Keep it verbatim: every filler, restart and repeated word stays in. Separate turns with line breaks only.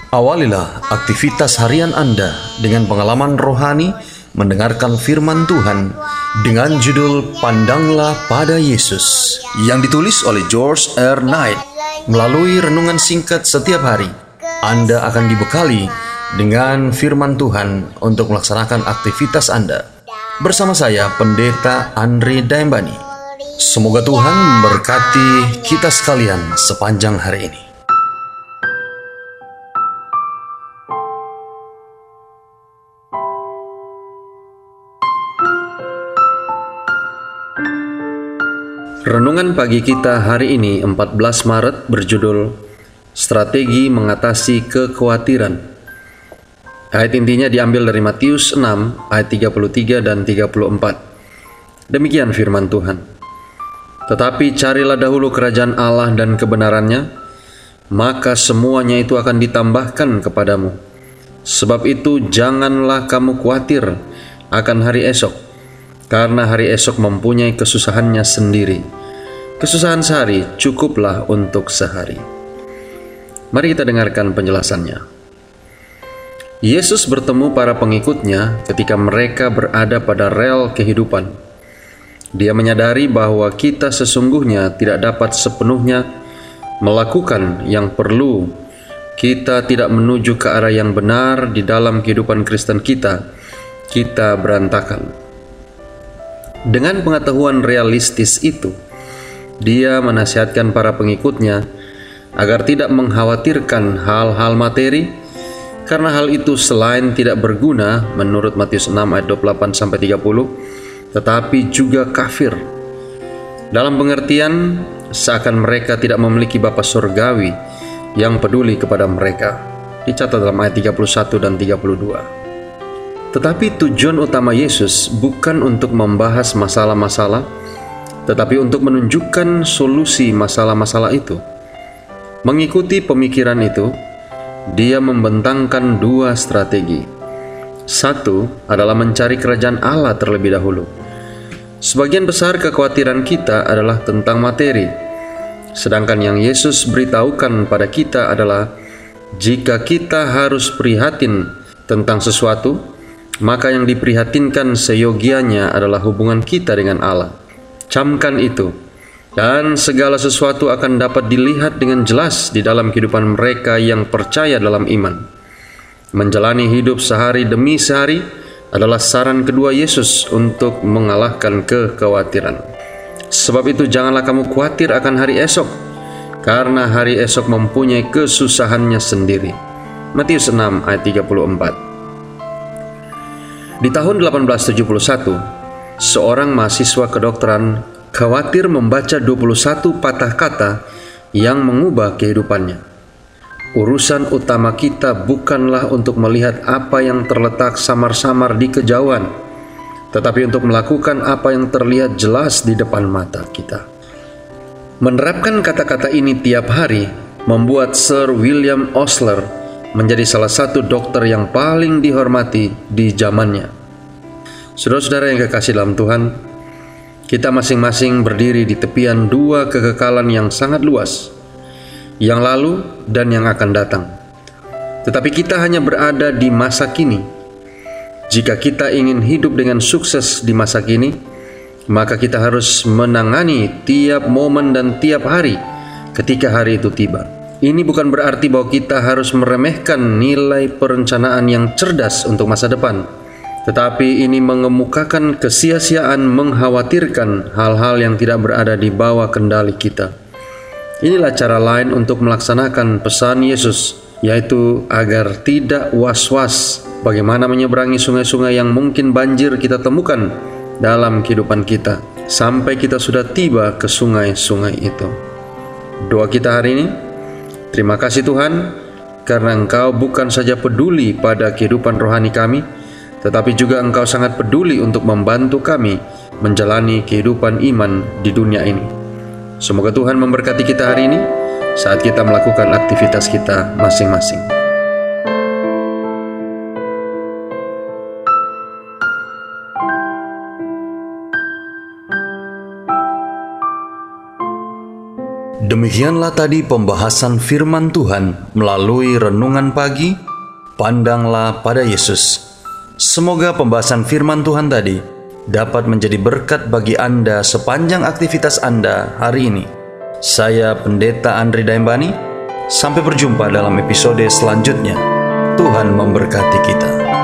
Awalilah aktivitas harian Anda dengan pengalaman rohani mendengarkan firman Tuhan dengan judul Pandanglah pada Yesus yang ditulis oleh George R. Knight. Melalui renungan singkat setiap hari, Anda akan dibekali dengan firman Tuhan untuk melaksanakan aktivitas Anda. Bersama saya, Pendeta Andre Daimbani. Semoga Tuhan memberkati kita sekalian sepanjang hari ini. Renungan pagi kita hari ini empat belas Maret berjudul Strategi Mengatasi Kekhawatiran. Ayat intinya diambil dari Matius enam ayat tiga puluh tiga dan tiga puluh empat. Demikian firman Tuhan. Tetapi carilah dahulu kerajaan Allah dan kebenarannya, maka semuanya itu akan ditambahkan kepadamu. Sebab itu janganlah kamu khawatir akan hari esok, karena hari esok mempunyai kesusahannya sendiri. Kesusahan sehari cukuplah untuk sehari. Mari kita dengarkan penjelasannya. Yesus bertemu para pengikutnya ketika mereka berada pada rel kehidupan. Dia menyadari bahwa kita sesungguhnya tidak dapat sepenuhnya melakukan yang perlu. Kita tidak menuju ke arah yang benar di dalam kehidupan Kristen kita. Kita berantakan. Dengan pengetahuan realistis itu, dia menasihatkan para pengikutnya agar tidak mengkhawatirkan hal-hal materi, karena hal itu selain tidak berguna menurut Matius enam ayat dua puluh delapan sampai tiga puluh, tetapi juga kafir. Dalam pengertian seakan mereka tidak memiliki Bapa surgawi yang peduli kepada mereka. Dicatat dalam ayat tiga puluh satu dan tiga puluh dua. Tetapi tujuan utama Yesus bukan untuk membahas masalah-masalah, tetapi untuk menunjukkan solusi masalah-masalah itu. Mengikuti pemikiran itu, dia membentangkan dua strategi. Satu adalah mencari kerajaan Allah terlebih dahulu. Sebagian besar kekhawatiran kita adalah tentang materi, sedangkan yang Yesus beritahukan pada kita adalah jika kita harus prihatin tentang sesuatu, maka yang diprihatinkan seyogianya adalah hubungan kita dengan Allah. Camkan itu, dan segala sesuatu akan dapat dilihat dengan jelas di dalam kehidupan mereka yang percaya dalam iman. Menjalani hidup sehari demi sehari adalah saran kedua Yesus untuk mengalahkan kekhawatiran. Sebab itu janganlah kamu khawatir akan hari esok, karena hari esok mempunyai kesusahannya sendiri. Matius enam ayat tiga puluh empat. Di tahun delapan belas tujuh puluh satu, seorang mahasiswa kedokteran khawatir membaca dua puluh satu patah kata yang mengubah kehidupannya. Urusan utama kita bukanlah untuk melihat apa yang terletak samar-samar di kejauhan, tetapi untuk melakukan apa yang terlihat jelas di depan mata kita. Menerapkan kata-kata ini tiap hari membuat Sir William Osler menjadi salah satu dokter yang paling dihormati di zamannya. Saudara-saudara yang kekasih dalam Tuhan, kita masing-masing berdiri di tepian dua kekekalan yang sangat luas, yang lalu dan yang akan datang. Tetapi kita hanya berada di masa kini. Jika kita ingin hidup dengan sukses di masa kini, maka kita harus menangani tiap momen dan tiap hari ketika hari itu tiba. Ini bukan berarti bahwa kita harus meremehkan nilai perencanaan yang cerdas untuk masa depan, tetapi ini mengemukakan kesia-siaan mengkhawatirkan hal-hal yang tidak berada di bawah kendali kita. Inilah cara lain untuk melaksanakan pesan Yesus, yaitu agar tidak was-was bagaimana menyeberangi sungai-sungai yang mungkin banjir kita temukan dalam kehidupan kita, sampai kita sudah tiba ke sungai-sungai itu. Doa kita hari ini, terima kasih Tuhan, karena Engkau bukan saja peduli pada kehidupan rohani kami, tetapi juga Engkau sangat peduli untuk membantu kami menjalani kehidupan iman di dunia ini. Semoga Tuhan memberkati kita hari ini saat kita melakukan aktivitas kita masing-masing.
Demikianlah tadi pembahasan firman Tuhan melalui renungan pagi, Pandanglah pada Yesus. Semoga pembahasan firman Tuhan tadi dapat menjadi berkat bagi Anda sepanjang aktivitas Anda hari ini. Saya Pendeta Andri Daimbani. Sampai berjumpa dalam episode selanjutnya. Tuhan memberkati kita.